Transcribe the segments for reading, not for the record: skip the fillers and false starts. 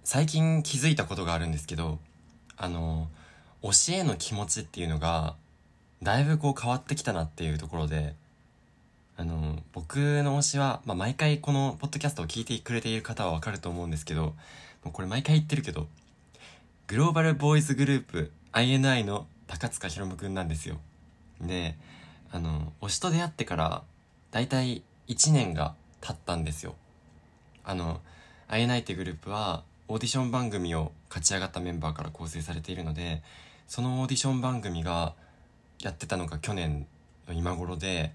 最近気づいたことがあるんですけど、推しへの気持ちっていうのがだいぶ変わってきたなっていうところで、僕の推しは、毎回このポッドキャストを聞いてくれている方はわかると思うんですけど、もうこれ毎回言ってるけど、グローバルボーイズグループ INI の高塚ひろむくんなんですよ。で、推しと出会ってからだいたい1年が経ったんですよ。INI ってグループはオーディション番組を勝ち上がったメンバーから構成されているので、そのオーディション番組がやってたのが去年の今頃で、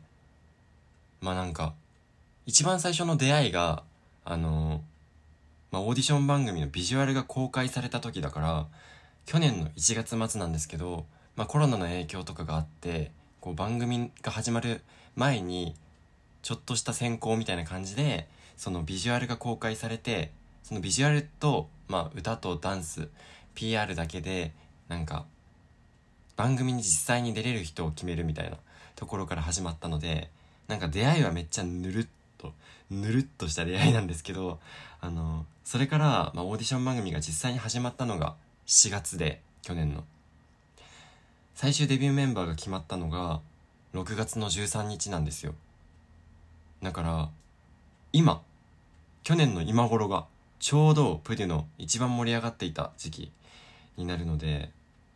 一番最初の出会いがオーディション番組のビジュアルが公開された時だから、去年の1月末なんですけど、コロナの影響とかがあって、番組が始まる前にちょっとした選考みたいな感じでそのビジュアルが公開されて、そのビジュアルと、歌とダンス PR だけで番組に実際に出れる人を決めるみたいなところから始まったので、出会いはめっちゃぬるっとした出会いなんですけど、それから、オーディション番組が実際に始まったのが4月で、去年の最終デビューメンバーが決まったのが6月の13日なんですよ。だから去年の今頃がちょうどプデュの一番盛り上がっていた時期になるので、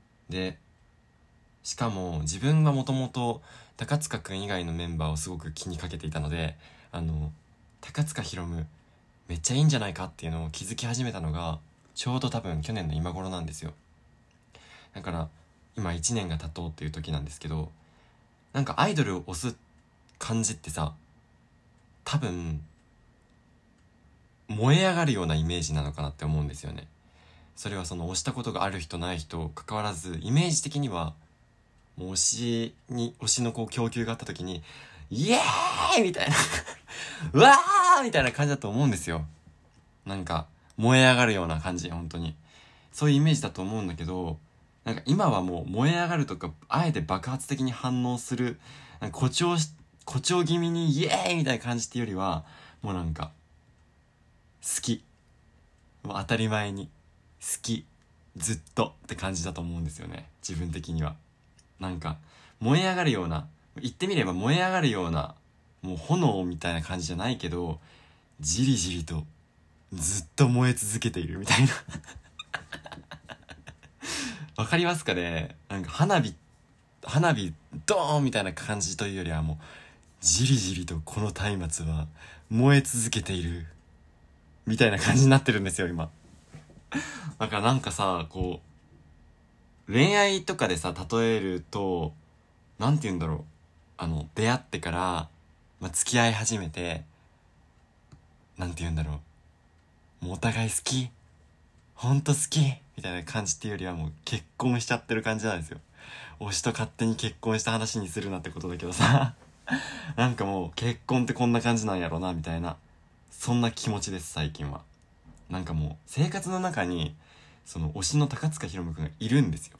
しかも自分はもともと高塚くん以外のメンバーをすごく気にかけていたので、高塚ひろむめっちゃいいんじゃないかっていうのを気づき始めたのがちょうど多分去年の今頃なんですよ。だから今1年が経とうっていう時なんですけど、アイドルを推す感じってさ、多分燃え上がるようなイメージなのかなって思うんですよね。それはその推したことがある人ない人関わらず、イメージ的にはもう推しの供給があった時にイエーイみたいなうわーみたいな感じだと思うんですよ。燃え上がるような感じ、本当にそういうイメージだと思うんだけど、今はもう燃え上がるとか、あえて爆発的に反応する、誇張気味にイエーイみたいな感じっていうよりは、もう好き、もう当たり前に好き、ずっとって感じだと思うんですよね、自分的には。燃え上がるような、言ってみれば燃え上がるような、もう炎みたいな感じじゃないけど、じりじりとずっと燃え続けているみたいなわかりますかね。花火ドーンみたいな感じというよりは、もうじりじりとこの松明は燃え続けているみたいな感じになってるんですよ今。だからさ、恋愛とかでさ例えると、なんて言うんだろう、出会ってから、付き合い始めて、なんて言うんだろう、もうお互い好き、ほんと好きみたいな感じっていうよりは、もう結婚しちゃってる感じなんですよ。推しと勝手に結婚した話にするなってことだけどさもう結婚ってこんな感じなんやろなみたいな、そんな気持ちです最近は。もう生活の中にその推しの高塚ひろむくんがいるんですよ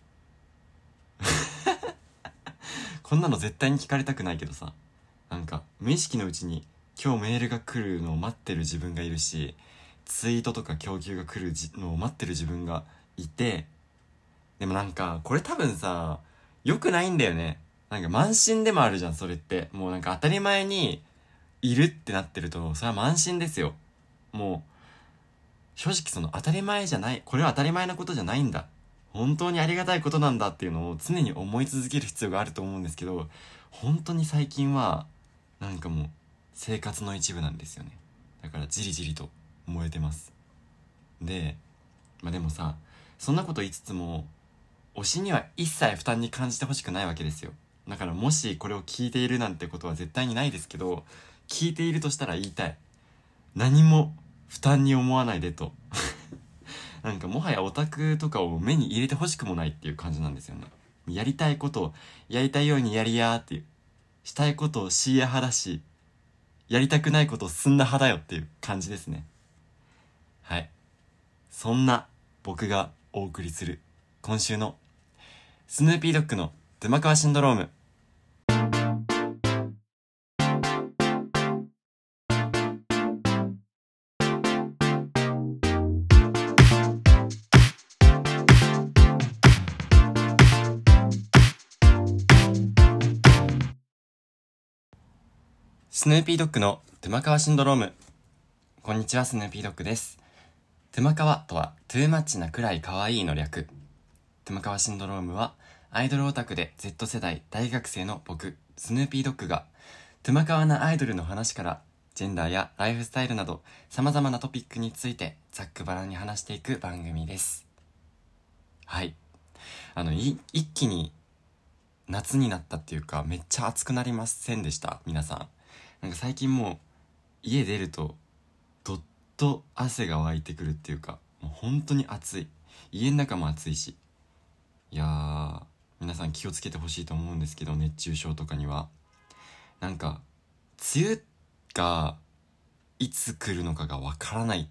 こんなの絶対に聞かれたくないけどさ、無意識のうちに今日メールが来るのを待ってる自分がいるし、ツイートとか供給が来るのを待ってる自分がいて、でもこれ多分さ良くないんだよね。慢心でもあるじゃんそれって。もう当たり前にいるってなってると、それは慢心ですよ。もう正直その当たり前じゃない、これは当たり前なことじゃないんだ、本当にありがたいことなんだっていうのを常に思い続ける必要があると思うんですけど、本当に最近はもう生活の一部なんですよね。だからじりじりと燃えてます。ででもさ、そんなこと言いつつも推しには一切負担に感じてほしくないわけですよ。だからもしこれを聞いているなんてことは絶対にないですけど、聞いているとしたら言いたい、何も負担に思わないでともはやオタクとかを目に入れてほしくもないっていう感じなんですよね。やりたいことをやりたいようにやりやーっていう、したいことをしーや派だし、やりたくないことをすんな派だよっていう感じですね。はい、そんな僕がお送りする今週のスヌーピードッグの沼川シンドローム。 スヌーピードッグのトゥマカワシンドローム。こんにちは、スヌーピードッグです。トゥマカワとはトゥーマッチなくらい可愛いの略。トゥマカワシンドロームはアイドルオタクで Z 世代大学生の僕スヌーピードッグがトゥマカワなアイドルの話からジェンダーやライフスタイルなど様々なトピックについてざっくばらんに話していく番組です。はい、一気に夏になったっていうか、めっちゃ暑くなりませんでした？皆さんなんか最近もう家出るとどっと汗が湧いてくるっていうか、もう本当に暑い。家の中も暑いし、いやー、皆さん気をつけてほしいと思うんですけど、熱中症とかには。なんか梅雨がいつ来るのかがわからない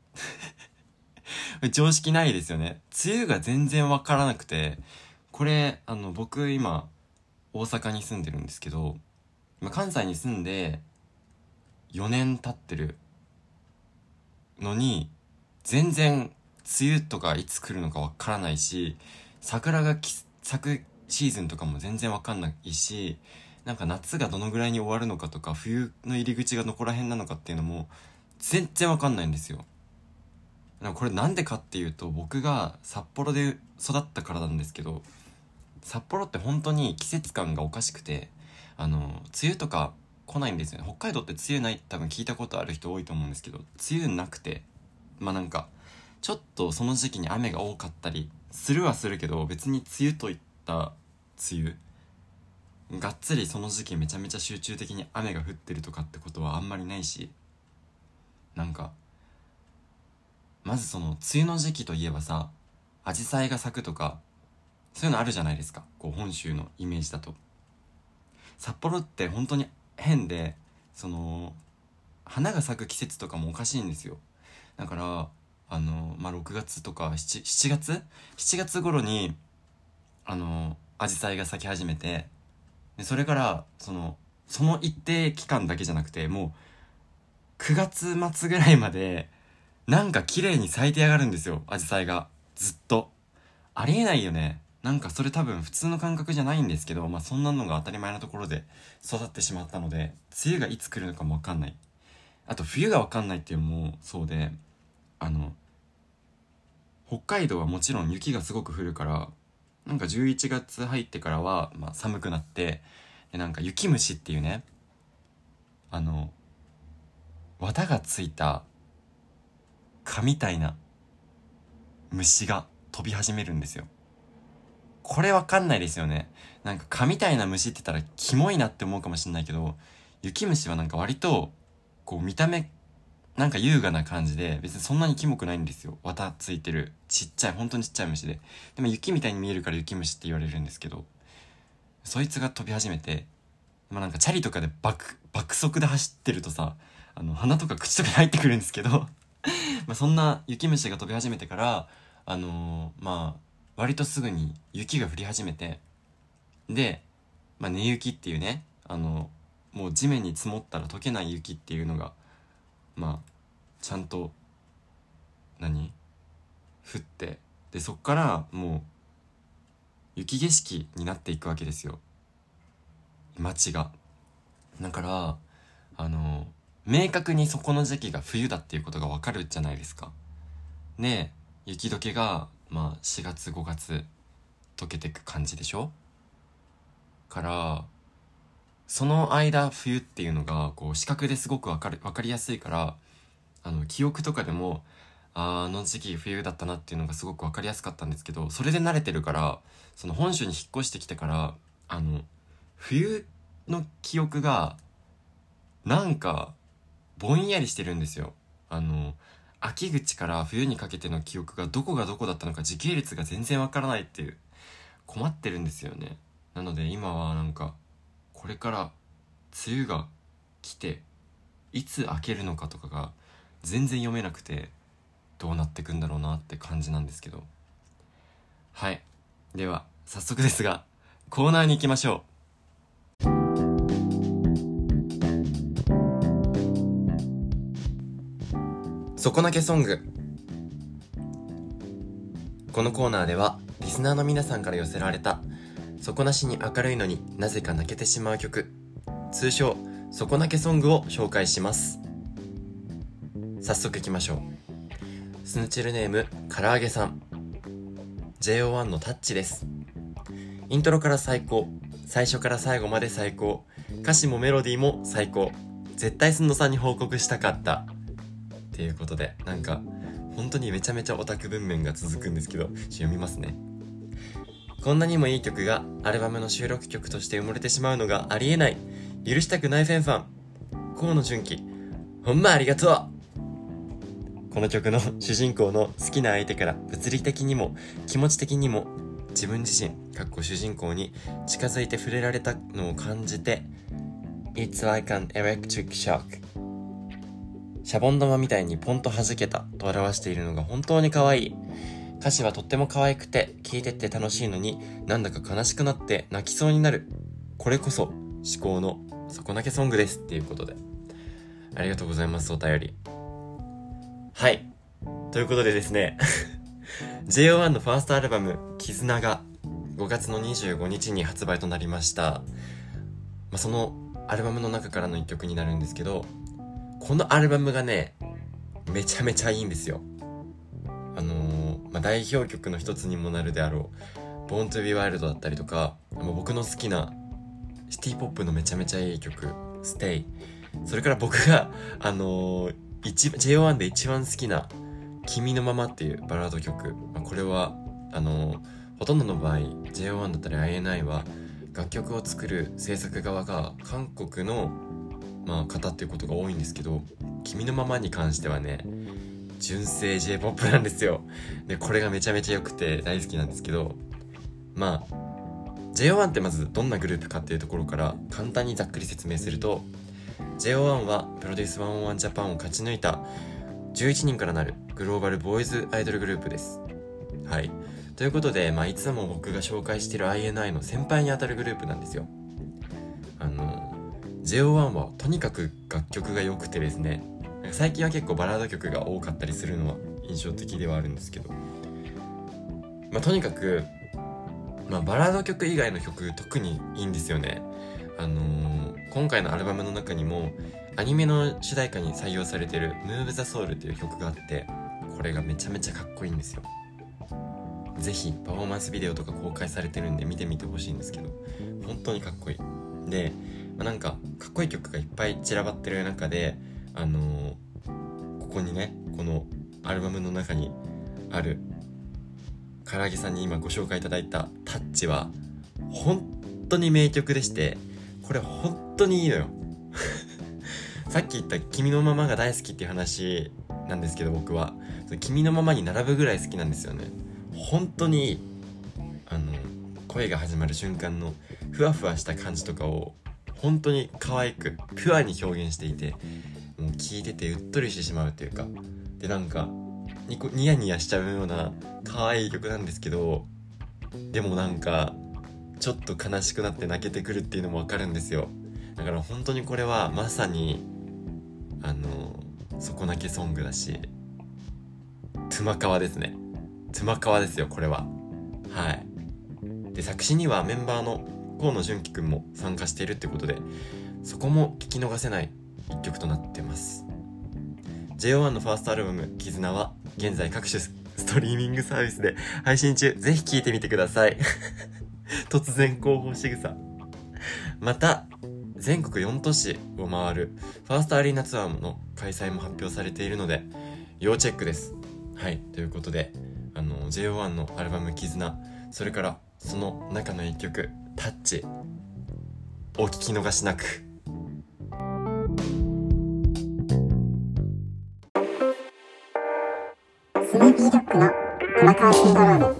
常識ないですよね。梅雨が全然わからなくて、これ僕今大阪に住んでるんですけど、関西に住んで4年経ってるのに全然梅雨とかいつ来るのかわからないし、桜が咲くシーズンとかも全然わかんないし、なんか夏がどのぐらいに終わるのかとか、冬の入り口がどこら辺なのかっていうのも全然わかんないんですよ。これなんでかっていうと、僕が札幌で育ったからなんですけど、札幌って本当に季節感がおかしくて、梅雨とか来ないんですよね。北海道って梅雨ないって多分聞いたことある人多いと思うんですけど、梅雨なくて、なんかちょっとその時期に雨が多かったりするはするけど、別に梅雨といった梅雨がっつりその時期めちゃめちゃ集中的に雨が降ってるとかってことはあんまりないし、なんかまずその梅雨の時期といえばさ、アジサイが咲くとかそういうのあるじゃないですか。こう本州のイメージだと。札幌って本当に変で、その花が咲く季節とかもおかしいんですよ。だから6月とか7月頃にアジサイが咲き始めて、でそれからその一定期間だけじゃなくて、もう9月末ぐらいまでなんか綺麗に咲いてやがるんですよ、アジサイが。ずっとありえないよね。なんかそれ多分普通の感覚じゃないんですけど、そんなのが当たり前なところで育ってしまったので、梅雨がいつ来るのかもわかんない。あと冬がわかんないっていうのもそうで、北海道はもちろん雪がすごく降るから、なんか11月入ってからは、寒くなって、でなんか雪虫っていうね、綿がついた蚊みたいな虫が飛び始めるんですよ。これわかんないですよね。なんか蚊みたいな虫って言ったらキモいなって思うかもしれないけど、雪虫はなんか割とこう見た目なんか優雅な感じで、別にそんなにキモくないんですよ。綿ついてるちっちゃい、本当にちっちゃい虫で。でも雪みたいに見えるから雪虫って言われるんですけど、そいつが飛び始めて、なんかチャリとかで爆速で走ってるとさ、鼻とか口とかに入ってくるんですけどそんな雪虫が飛び始めてから、割とすぐに雪が降り始めて、で、根雪っていうね、もう地面に積もったら溶けない雪っていうのがちゃんと降って、でそっからもう雪景色になっていくわけですよ、街が。だから明確にそこの時期が冬だっていうことがわかるじゃないですか。で雪解けが4月5月溶けてく感じでしょ。からその間冬っていうのがこう視覚ですごくわかりやすいから、記憶とかでもあの時期冬だったなっていうのがすごくわかりやすかったんですけど、それで慣れてるから、その本州に引っ越してきてから冬の記憶がなんかぼんやりしてるんですよ。秋口から冬にかけての記憶がどこがどこだったのか時系列が全然わからないっていう、困ってるんですよね。なので今はなんかこれから梅雨が来ていつ明けるのかとかが全然読めなくて、どうなってくんだろうなって感じなんですけど。はい、では早速ですがコーナーに行きましょう。底なけソング。このコーナーではリスナーの皆さんから寄せられた底なしに明るいのになぜか泣けてしまう曲、通称底なけソングを紹介します。早速いきましょう。スヌチルネームからあげさん、 JO1 のタッチです。イントロから最高、最初から最後まで最高、歌詞もメロディーも最高、絶対すんのさんに報告したかったっていうことで、なんか本当にめちゃめちゃオタク文面が続くんですけど、読みますね。こんなにもいい曲がアルバムの収録曲として埋もれてしまうのがありえない。許したくないフェンファン河野純喜、ほんまありがとう。この曲の主人公の好きな相手から物理的にも気持ち的にも自分自身主人公に近づいて触れられたのを感じて、 It's like an electric shock、 シャボン玉みたいにポンと弾けたと表しているのが本当に可愛い。歌詞はとっても可愛くて聴いてって楽しいのに、なんだか悲しくなって泣きそうになる。これこそ至高の底なけソングですっていうことで、ありがとうございます。お便り。はい、ということでですねJO1 のファーストアルバム絆が5月の25日に発売となりました。そのアルバムの中からの一曲になるんですけど、このアルバムがね、めちゃめちゃいいんですよ。代表曲の一つにもなるであろう Born to be Wild だったりとか、僕の好きなシティポップのめちゃめちゃいい曲 Stay、 それから僕がJO1 で一番好きな君のままっていうバラード曲、これはほとんどの場合 JO1 だったり INI は楽曲を作る制作側が韓国の方っていうことが多いんですけど、君のままに関してはね、純正 J-POP なんですよ。でこれがめちゃめちゃ良くて大好きなんですけど、JO1 ってまずどんなグループかっていうところから簡単にざっくり説明すると、 JO1 はプロデュース101ジャパンを勝ち抜いた11人からなるグローバルボーイズアイドルグループです。はい、ということで、いつも僕が紹介している INI の先輩にあたるグループなんですよ。JO1 はとにかく楽曲が良くてですね、最近は結構バラード曲が多かったりするのは印象的ではあるんですけど、とにかく、バラード曲以外の曲特にいいんですよね。今回のアルバムの中にもアニメの主題歌に採用されてる Move the Soul っていう曲があって、これがめちゃめちゃかっこいいんですよ。ぜひパフォーマンスビデオとか公開されてるんで見てみてほしいんですけど、本当にかっこいい。で、かっこいい曲がいっぱい散らばってる中で、ここにね、このアルバムの中にあるからあげさんに今ご紹介いただいたタッチは本当に名曲でして、これ本当にいいのよさっき言った君のままが大好きっていう話なんですけど、僕は君のままに並ぶぐらい好きなんですよね。本当にいい。声が始まる瞬間のふわふわした感じとかを本当に可愛くピュアに表現していて、もう聴いててうっとりしてしまうというか、でニヤニヤしちゃうような可愛い曲なんですけど、でもちょっと悲しくなって泣けてくるっていうのもわかるんですよ。だから本当にこれはまさに底なけソングだし、トゥマカワですね。トゥマカワですよ、これは。はい。で、作詞にはメンバーの河野純喜くんも参加しているってことで、そこも聞き逃せない一曲となってます。 JO1 のファーストアルバム絆は現在各種ストリーミングサービスで配信中。ぜひ聴いてみてください突然広報仕草。また全国4都市を回るファーストアリーナツアーの開催も発表されているので要チェックです。はい、ということでJO1 のアルバム絆、それからその中の一曲タッチ、お聞き逃しなく。 スヌーピードッグの玉川慎太郎です。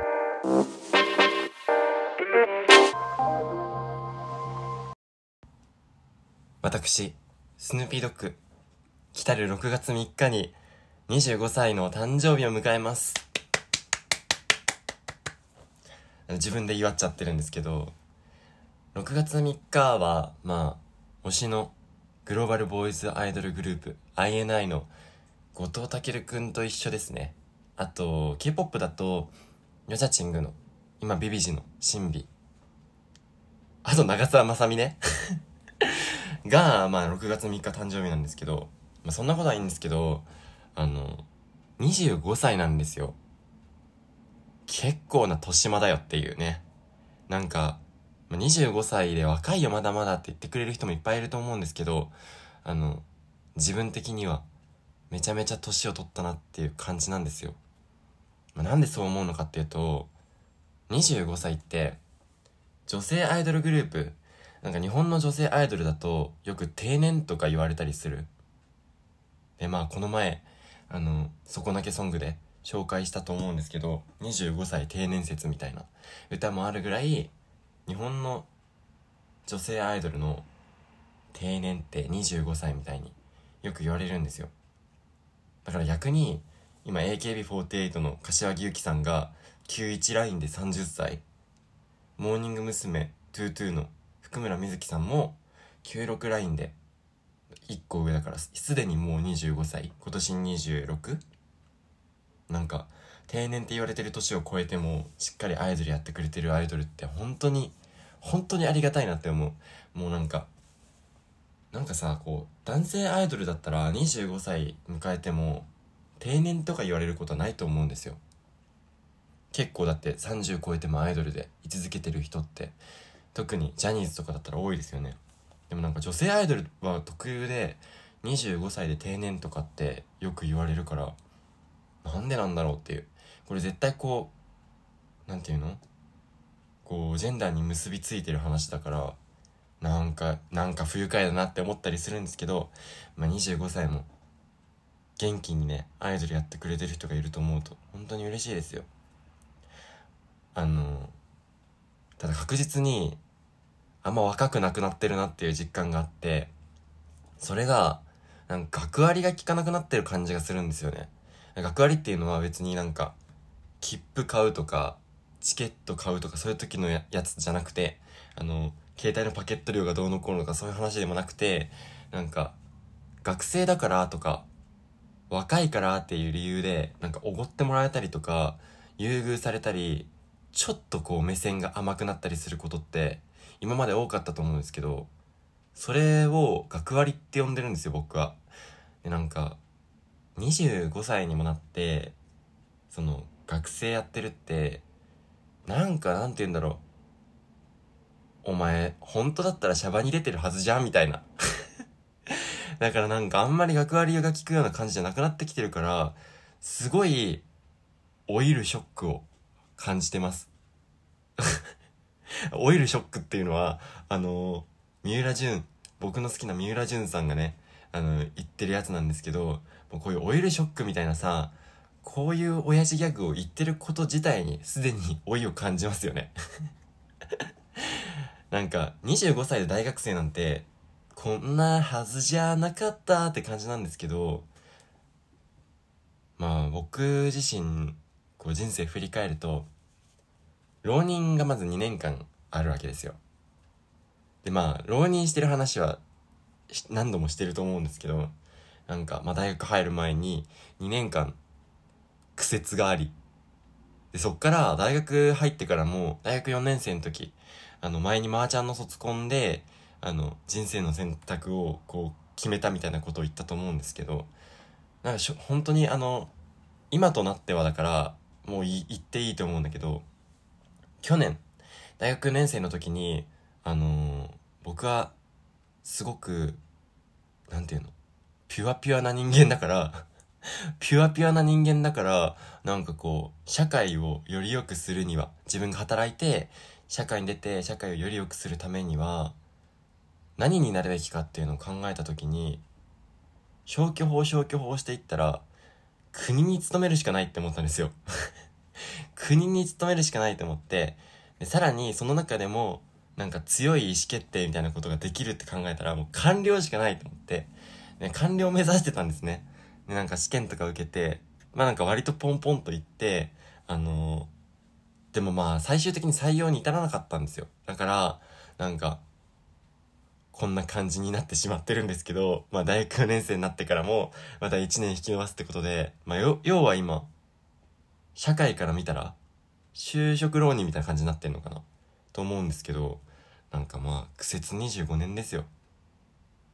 私スヌーピードッグ、来たる6月3日に25歳の誕生日を迎えます。自分で祝っちゃってるんですけど、6月3日は推しのグローバルボーイズアイドルグループ INI の後藤健くんと一緒ですね。あと K-POP だとヨジャチングの今ビビジのシンビ、あと長澤まさみねが、まあ6月3日誕生日なんですけど、まあそんなことはいいんですけど、25歳なんですよ。結構な年間だよっていうね。なんか、25歳で若いよまだまだって言ってくれる人もいっぱいいると思うんですけど、自分的にはめちゃめちゃ年を取ったなっていう感じなんですよ。なんでそう思うのかっていうと、25歳って女性アイドルグループ、なんか日本の女性アイドルだとよく定年とか言われたりする。で、まあこの前、底なけソングで紹介したと思うんですけど、25歳定年説みたいな歌もあるぐらい、日本の女性アイドルの定年って25歳みたいによく言われるんですよ。だから逆に今 AKB48 の柏木由紀さんが91ラインで30歳、モーニング娘。22の福村瑞希さんも96ラインで1個上だから、すでにもう25歳、今年 26？ なんか定年って言われてる年を超えてもしっかりアイドルやってくれてるアイドルって本当にありがたいなって思う。もうなんかさ、こう男性アイドルだったら25歳迎えても定年とか言われることはないと思うんですよ。結構だって30超えてもアイドルで居続けてる人って特にジャニーズとかだったら多いですよね。でもなんか女性アイドルは特有で25歳で定年とかってよく言われるから、なんでなんだろうっていう。これ絶対こう、なんていうの、こうジェンダーに結びついてる話だから、なんか不愉快だなって思ったりするんですけど、25歳も元気にねアイドルやってくれてる人がいると思うと本当に嬉しいですよ。ただ確実にあんま若くなくなってるなっていう実感があって、それがなんか学割が効かなくなってる感じがするんですよね。学割っていうのは別になんか切符買うとかチケット買うとかそういう時のやつじゃなくて、携帯のパケット量がどうのこうのとかそういう話でもなくて、なんか学生だからとか若いからっていう理由でなんかおごってもらえたりとか優遇されたり、ちょっとこう目線が甘くなったりすることって今まで多かったと思うんですけど、それを学割って呼んでるんですよ僕は。でなんか25歳にもなってその学生やってるって、なんて言うんだろう、お前本当だったらシャバに出てるはずじゃんみたいなだからなんかあんまり学割が効くような感じじゃなくなってきてるから、すごい老いるショックを感じてます老いるショックっていうのは三浦淳、僕の好きな三浦淳さんがね言ってるやつなんですけど、もうこういう老いるショックみたいなさ、こういう親父ギャグを言ってること自体にすでに老いを感じますよねなんか25歳で大学生なんてこんなはずじゃなかったって感じなんですけど、まあ僕自身こう人生振り返ると浪人がまず2年間あるわけですよ。でまあ浪人してる話は何度もしてると思うんですけど、なんか大学入る前に2年間苦節があり、でそっから大学入ってからも大学4年生の時前にマーちゃんの卒コンで人生の選択をこう決めたみたいなことを言ったと思うんですけど、なんか本当に今となってはだからもう言っていいと思うんだけど、去年大学4年生の時に僕はすごくなんていうの、ピュアピュアな人間だからピュアピュアな人間だからなんかこう社会をより良くするには、自分が働いて社会に出て社会をより良くするためには何になるべきかっていうのを考えた時に、消去法していったら国に勤めるしかないって思ったんですよ国に勤めるしかないと思って、でさらにその中でもなんか強い意思決定みたいなことができるって考えたらもう官僚しかないと思って、で官僚を目指してたんですね。でなんか試験とか受けてなんか割とポンポンと言ってでも最終的に採用に至らなかったんですよ。だからなんかこんな感じになってしまってるんですけど、大学4年生になってからもまた1年引き延ばすってことで、要は今社会から見たら就職浪人みたいな感じになってんのかなと思うんですけど、なんか苦節25年ですよ。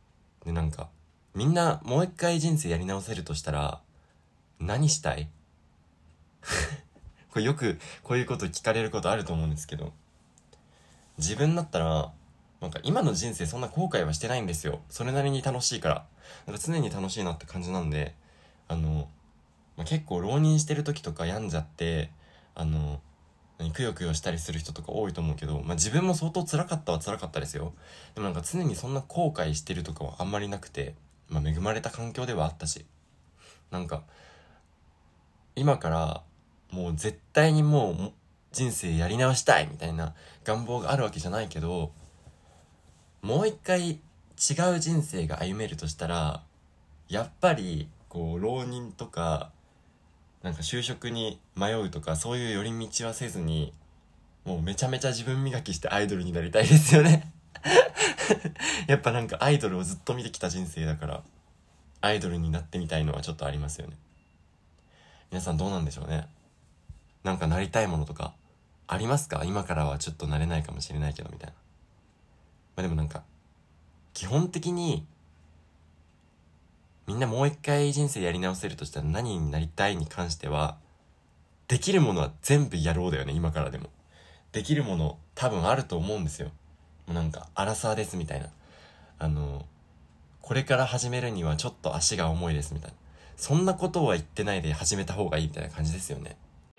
でなんかみんなもう一回人生やり直せるとしたら何したい？これよくこういうこと聞かれることあると思うんですけど、自分だったらなんか今の人生そんな後悔はしてないんですよ。それなりに楽しいから、なんか常に楽しいなって感じなんで、結構浪人してる時とか病んじゃってくよくよしたりする人とか多いと思うけど、自分も相当辛かったは辛かったですよ。でもなんか常にそんな後悔してるとかはあんまりなくて、恵まれた環境ではあったし、なんか今からもう絶対にもう人生やり直したいみたいな願望があるわけじゃないけど、もう一回違う人生が歩めるとしたら、やっぱりこう浪人とかなんか就職に迷うとかそういう寄り道はせずに、もうめちゃめちゃ自分磨きしてアイドルになりたいですよね。やっぱなんかアイドルをずっと見てきた人生だから、アイドルになってみたいのはちょっとありますよね。皆さんどうなんでしょうね。なんかなりたいものとかありますか？今からはちょっとなれないかもしれないけどみたいな。でもなんか基本的にみんなもう一回人生やり直せるとしたら何になりたいに関しては、できるものは全部やろうだよね。今からでもできるもの多分あると思うんですよ。もうなんかアラサーですみたいな、これから始めるにはちょっと足が重いですみたいな、そんなことは言ってないで始めた方がいいみたいな感じですよね。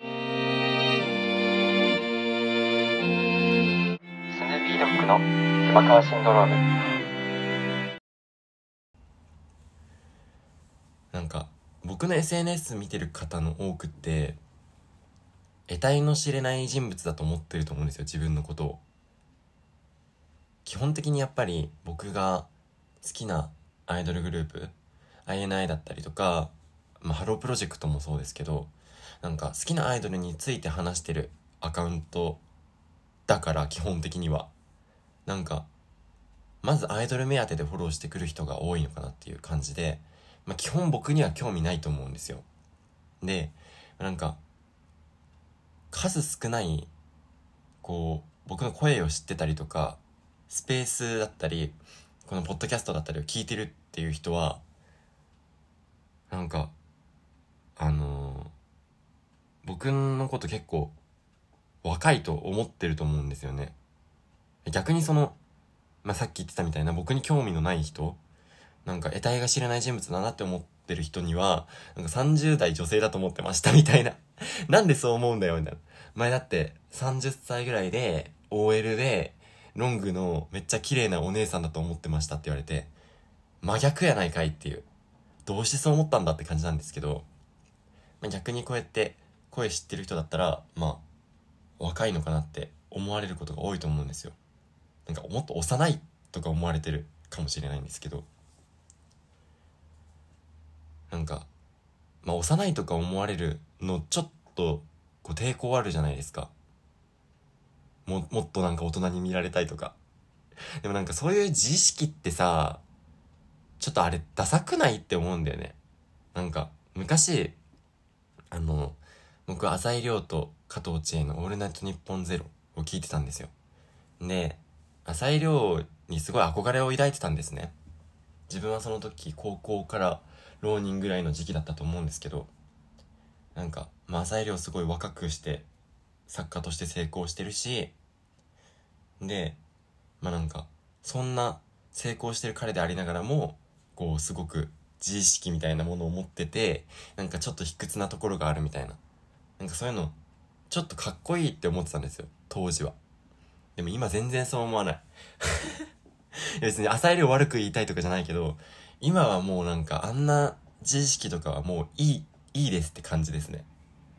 スヌーピードッグの熊川シンドローム。 なんか僕の SNS 見てる方の多くって得体の知れない人物だと思ってると思うんですよ、自分のことを。基本的にやっぱり僕が好きなアイドルグループ INI だったりとか、ハロープロジェクトもそうですけど、なんか好きなアイドルについて話してるアカウントだから、基本的にはなんかまずアイドル目当てでフォローしてくる人が多いのかなっていう感じで、基本僕には興味ないと思うんですよ。でなんか数少ないこう僕の声を知ってたりとか、スペースだったりこのポッドキャストだったりを聞いてるっていう人はなんか僕のこと結構若いと思ってると思うんですよね。逆にさっき言ってたみたいな僕に興味のない人、なんか得体が知れない人物だなって思ってる人には、なんか30代女性だと思ってましたみたいな。なんでそう思うんだよみたいな。前だって30歳ぐらいで OL でロングのめっちゃ綺麗なお姉さんだと思ってましたって言われて、真逆やないかいっていう、どうしてそう思ったんだって感じなんですけど、逆にこうやって声知ってる人だったら若いのかなって思われることが多いと思うんですよ。なんかもっと幼いとか思われてるかもしれないんですけど、なんか幼いとか思われるのちょっとこう抵抗あるじゃないですか。もっとなんか大人に見られたいとか。でもなんかそういう自意識ってさ、ちょっとあれダサくないって思うんだよね。なんか昔僕は浅井亮と加藤千恵のオールナイトニッポンゼロを聞いてたんですよ。で浅井亮にすごい憧れを抱いてたんですね。自分はその時高校から浪人ぐらいの時期だったと思うんですけど、なんか浅井亮すごい若くして作家として成功してるし、でなんかそんな成功してる彼でありながらもこうすごく自意識みたいなものを持ってて、なんかちょっと卑屈なところがあるみたいな、なんかそういうのちょっとかっこいいって思ってたんですよ、当時は。でも今全然そう思わない。別に浅井亮悪く言いたいとかじゃないけど、今はもうなんかあんな自意識とかはもういいですって感じですね。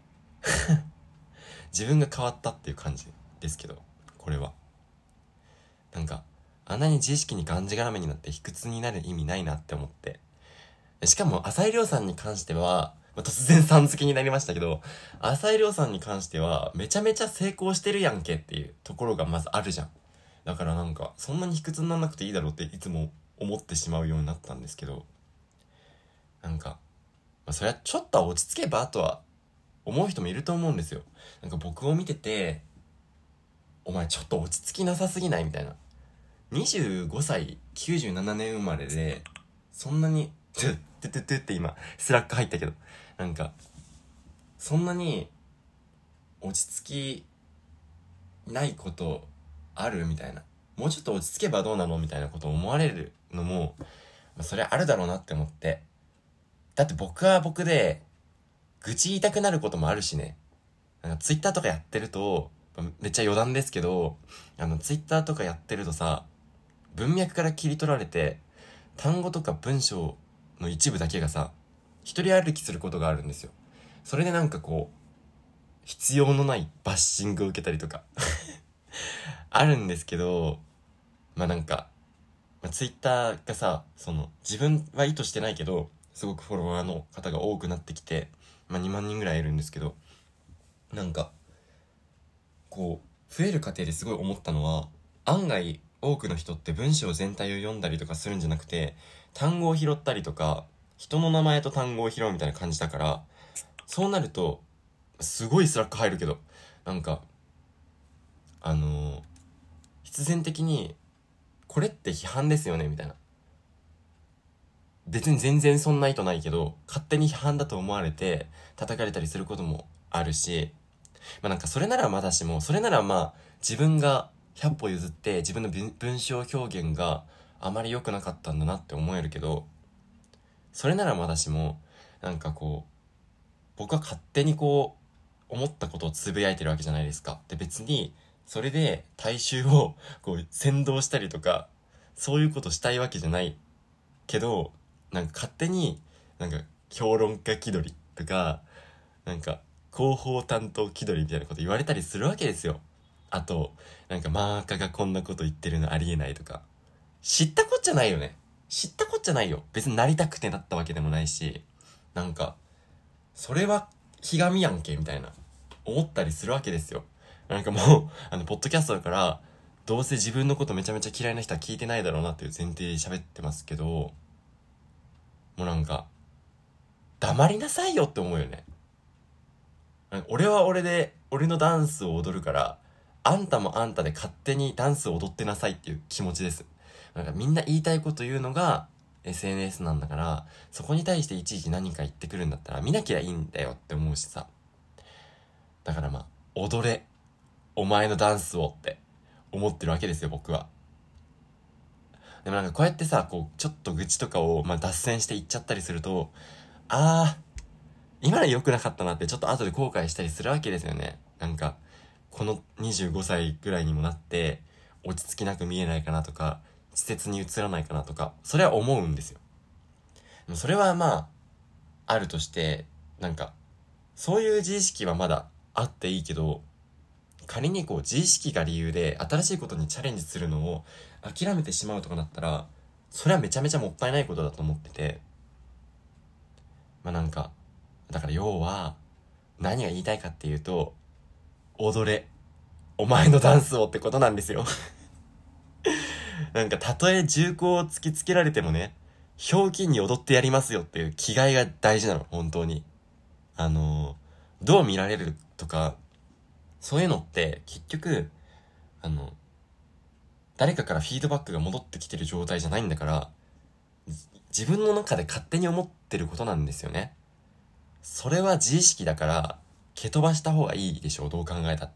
自分が変わったっていう感じですけど、これはなんかあんなに自意識にがんじがらめになって卑屈になる意味ないなって思って。しかも浅井亮さんに関しては、突然さん付けになりましたけど、浅井亮さんに関してはめちゃめちゃ成功してるやんけっていうところがまずあるじゃん。だからなんかそんなに卑屈にならなくていいだろうっていつも思ってしまうようになったんですけど、なんか、そりゃちょっとは落ち着けばとは思う人もいると思うんですよ。なんか僕を見てて、お前ちょっと落ち着きなさすぎないみたいな、 25歳97年生まれでそんなにって今スラック入ったけど、なんかそんなに落ち着きないことあるみたいな、もうちょっと落ち着けばどうなのみたいなことを思われるのも、それあるだろうなって思って。だって僕は僕で愚痴言いたくなることもあるしね。なんかツイッターとかやってると、めっちゃ余談ですけど、ツイッターとかやってるとさ、文脈から切り取られて単語とか文章の一部だけがさ一人歩きすることがあるんですよ。それでなんかこう必要のないバッシングを受けたりとかあるんですけど、なんか、ツイッターがさ、自分は意図してないけどすごくフォロワーの方が多くなってきて、2万人ぐらいいるんですけど、なんかこう増える過程ですごい思ったのは、案外多くの人って文章全体を読んだりとかするんじゃなくて、単語を拾ったりとか人の名前と単語を拾うみたいな感じだから、そうなるとすごいスラック入るけど、なんか必然的にこれって批判ですよねみたいな、別に全然そんな意図ないけど勝手に批判だと思われて叩かれたりすることもあるし、なんかそれならまだしも、それなら自分が100歩譲って自分の文章表現があまり良くなかったんだなって思えるけど、それならまだしも、なんかこう僕は勝手にこう思ったことをつぶやいてるわけじゃないですか。で別にそれで大衆をこう扇動したりとかそういうことしたいわけじゃないけど、なんか勝手になんか評論家気取りとか、なんか広報担当気取りみたいなこと言われたりするわけですよ。あとなんかマーカがこんなこと言ってるのありえないとか、知ったこっちゃないよね。知ったこっちゃないよ。別になりたくてなったわけでもないし、なんかそれはひがみやんけみたいな思ったりするわけですよ。なんかもうポッドキャストだからどうせ自分のことめちゃめちゃ嫌いな人は聞いてないだろうなっていう前提で喋ってますけど、もうなんか黙りなさいよって思うよね。俺は俺で俺のダンスを踊るから、あんたもあんたで勝手にダンスを踊ってなさいっていう気持ちです。なんかみんな言いたいこと言うのが SNS なんだから、そこに対していちいち何か言ってくるんだったら見なきゃいいんだよって思うしさ。だから踊れお前のダンスをって思ってるわけですよ僕は。でもなんかこうやってさ、こうちょっと愚痴とかを脱線して言っちゃったりすると、今の良くなかったなってちょっと後で後悔したりするわけですよね。なんかこの25歳ぐらいにもなって落ち着きなく見えないかなとか、稚拙に映らないかなとか、それは思うんですよ。でもそれはあるとして、なんかそういう自意識はまだあっていいけど、仮にこう自意識が理由で新しいことにチャレンジするのを諦めてしまうとかだったら、それはめちゃめちゃもったいないことだと思ってて、なんかだから要は何が言いたいかっていうと、踊れお前のダンスをってことなんですよなんかたとえ銃口を突きつけられてもね、ひょうきんに踊ってやりますよっていう気概が大事なの、本当に。どう見られるとかそういうのって結局誰かからフィードバックが戻ってきてる状態じゃないんだから、自分の中で勝手に思ってることなんですよね。それは自意識だから蹴飛ばした方がいいでしょう、どう考えたって。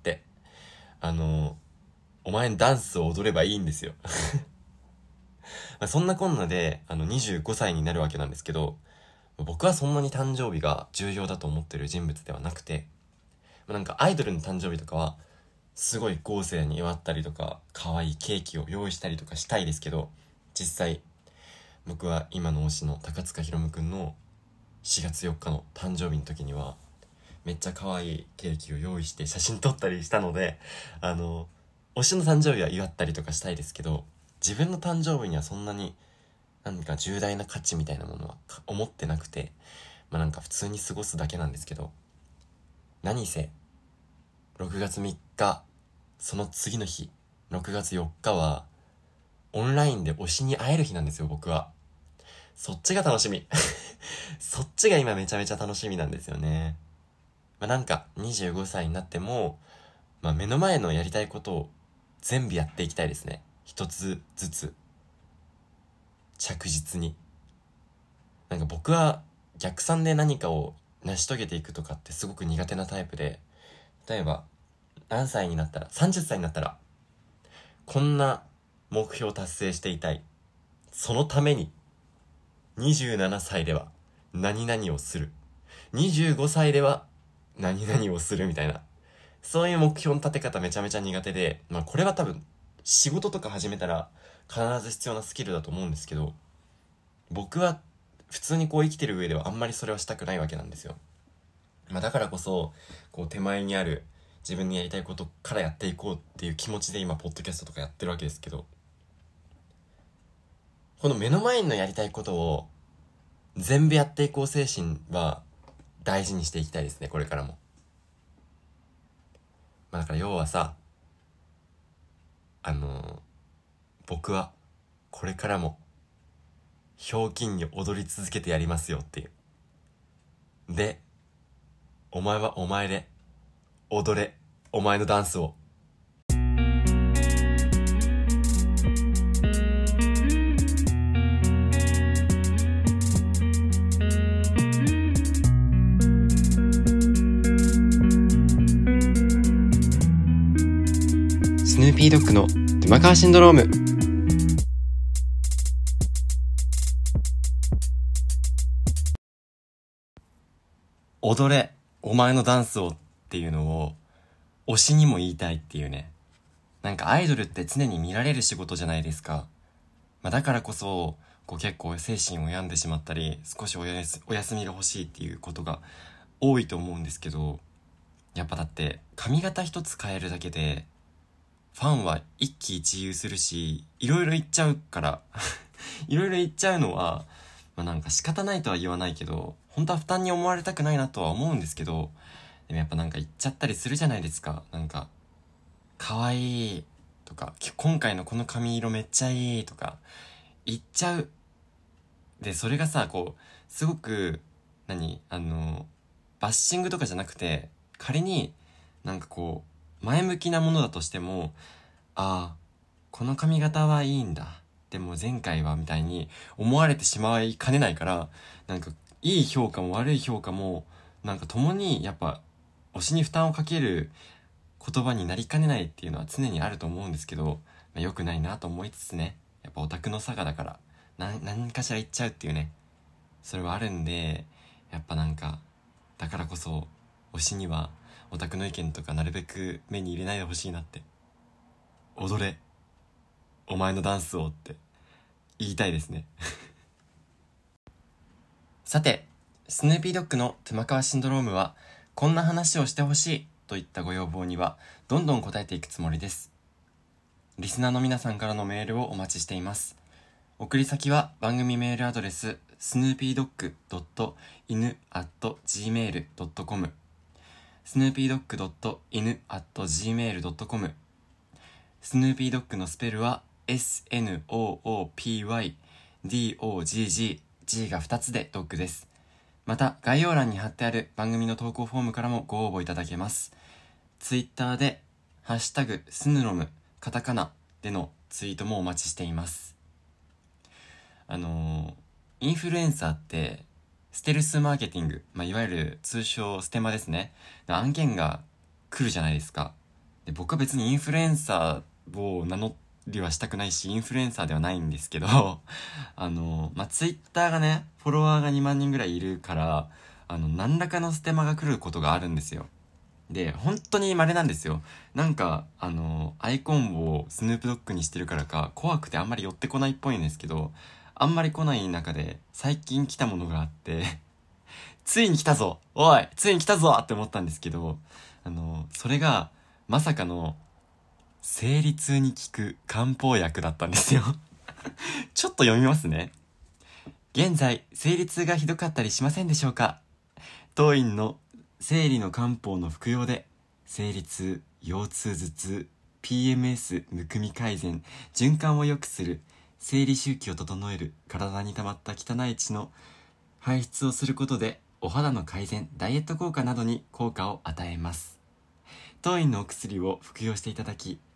お前のダンスを踊ればいいんですよそんなこんなで25歳になるわけなんですけど、僕はそんなに誕生日が重要だと思ってる人物ではなくて、なんかアイドルの誕生日とかはすごい豪勢に祝ったりとか可愛いケーキを用意したりとかしたいですけど、実際僕は今の推しの高塚ひろむくんの4月4日の誕生日の時にはめっちゃ可愛いケーキを用意して写真撮ったりしたので、推しの誕生日は祝ったりとかしたいですけど、自分の誕生日にはそんなに何か重大な価値みたいなものは思ってなくて、なんか普通に過ごすだけなんですけど、何せ6月3日その次の日6月4日はオンラインで推しに会える日なんですよ、僕は。そっちが楽しみそっちが今めちゃめちゃ楽しみなんですよね。なんか25歳になっても、目の前のやりたいことを全部やっていきたいですね。 一つずつ着実に。なんか僕は逆算で何かを成し遂げていくとかってすごく苦手なタイプで、例えば何歳になったら、30歳になったらこんな目標を達成していたい、そのために27歳では何々をする、25歳では何々をするみたいな、そういう目標の立て方めちゃめちゃ苦手で、これは多分仕事とか始めたら必ず必要なスキルだと思うんですけど、僕は普通にこう生きてる上ではあんまりそれをしたくないわけなんですよ。だからこそこう手前にある自分にやりたいことからやっていこうっていう気持ちで今ポッドキャストとかやってるわけですけど、この目の前のやりたいことを全部やっていこう精神は大事にしていきたいですね、これからも。だから要はさ、僕はこれからもひょうきんに踊り続けてやりますよっていう。で、お前はお前で踊れ、お前のダンスを。 スヌーピードッグの沼川シンドローム。 踊れ、お前のダンスをっていうのを推しにも言いたいっていうね。なんかアイドルって常に見られる仕事じゃないですか。だからこそこう結構精神を病んでしまったり、少しお休みが欲しいっていうことが多いと思うんですけど、やっぱだって髪型一つ変えるだけでファンは一喜一憂するし、いろいろ言っちゃうからいろいろ言っちゃうのは、なんか仕方ないとは言わないけど、本当は負担に思われたくないなとは思うんですけど、でもやっぱなんか言っちゃったりするじゃないですか。なんか可愛いとか、今回のこの髪色めっちゃいいとか言っちゃう。でそれがさ、こうすごくバッシングとかじゃなくて、仮になんかこう前向きなものだとしても、ああこの髪型はいいんだ、でも前回はみたいに思われてしまいかねないから、なんかいい評価も悪い評価もなんか共にやっぱ推しに負担をかける言葉になりかねないっていうのは常にあると思うんですけど、良くないなと思いつつね、やっぱオタクの差がだから何かしら言っちゃうっていうね、それはあるんで、やっぱなんかだからこそ推しにはオタクの意見とかなるべく目に入れないでほしいなって。踊れお前のダンスをって言いたいですねさて、スヌーピードッグの熊川シンドロームは、こんな話をしてほしいといったご要望にはどんどん答えていくつもりです。リスナーの皆さんからのメールをお待ちしています。送り先は番組メールアドレス snoopydog.in@gmail.com snoopydog.in@gmail.com。 スヌーピードッグのスペルは SNOOPYDOGG、 G が2つでドッグです。また概要欄に貼ってある番組の投稿フォームからもご応募いただけます。ツイッターでハッシュタグスヌロムカタカナでのツイートもお待ちしています。インフルエンサーってステルスマーケティング、いわゆる通称ステマですね、案件が来るじゃないですか。で僕は別にインフルエンサーを名乗りはしたくないし、インフルエンサーではないんですけどツイッターがね、フォロワーが2万人ぐらいいるから、何らかのステマが来ることがあるんですよ。で本当に稀なんですよ。なんかアイコンをスヌープドッグにしてるからか怖くてあんまり寄ってこないっぽいんですけど、あんまり来ない中で最近来たものがあってついに来たぞ、おいついに来たぞって思ったんですけど、それがまさかの生理痛に効く漢方薬だったんですよちょっと読みますね。現在生理痛がひどかったりしませんでしょうか。当院の生理の漢方の服用で生理痛、腰痛、頭痛、PMS、むくみ改善、循環を良くする、生理周期を整える、体に溜まった汚い血の排出をすることでお肌の改善、ダイエット効果などに効果を与えます。当院のお薬を服用していただき、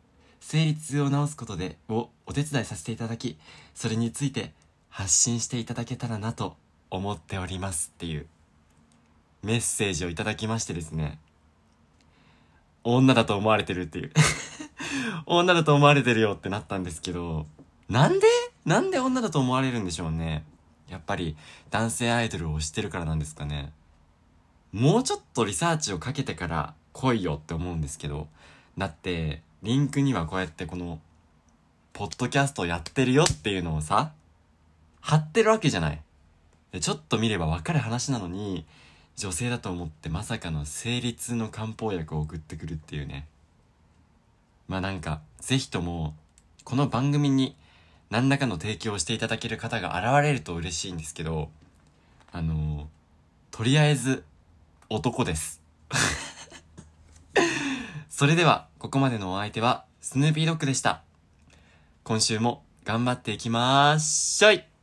生理痛を治すことでお手伝いさせていただき、それについて発信していただけたらなと思っておりますっていうメッセージをいただきましてですね、女だと思われてるっていう女だと思われてるよってなったんですけど、なんで女だと思われるんでしょうね。やっぱり男性アイドルを推してるからなんですかね。もうちょっとリサーチをかけてから来いよって思うんですけど、だってリンクにはこうやってこのポッドキャストやってるよっていうのをさ貼ってるわけじゃない。でちょっと見ればわかる話なのに、女性だと思ってまさかの生理痛の漢方薬を送ってくるっていうね。まあなんかぜひともこの番組に何らかの提供をしていただける方が現れると嬉しいんですけど、とりあえず男ですそれではここまでのお相手はスヌーピードッグでした。今週も頑張っていきまーしょい。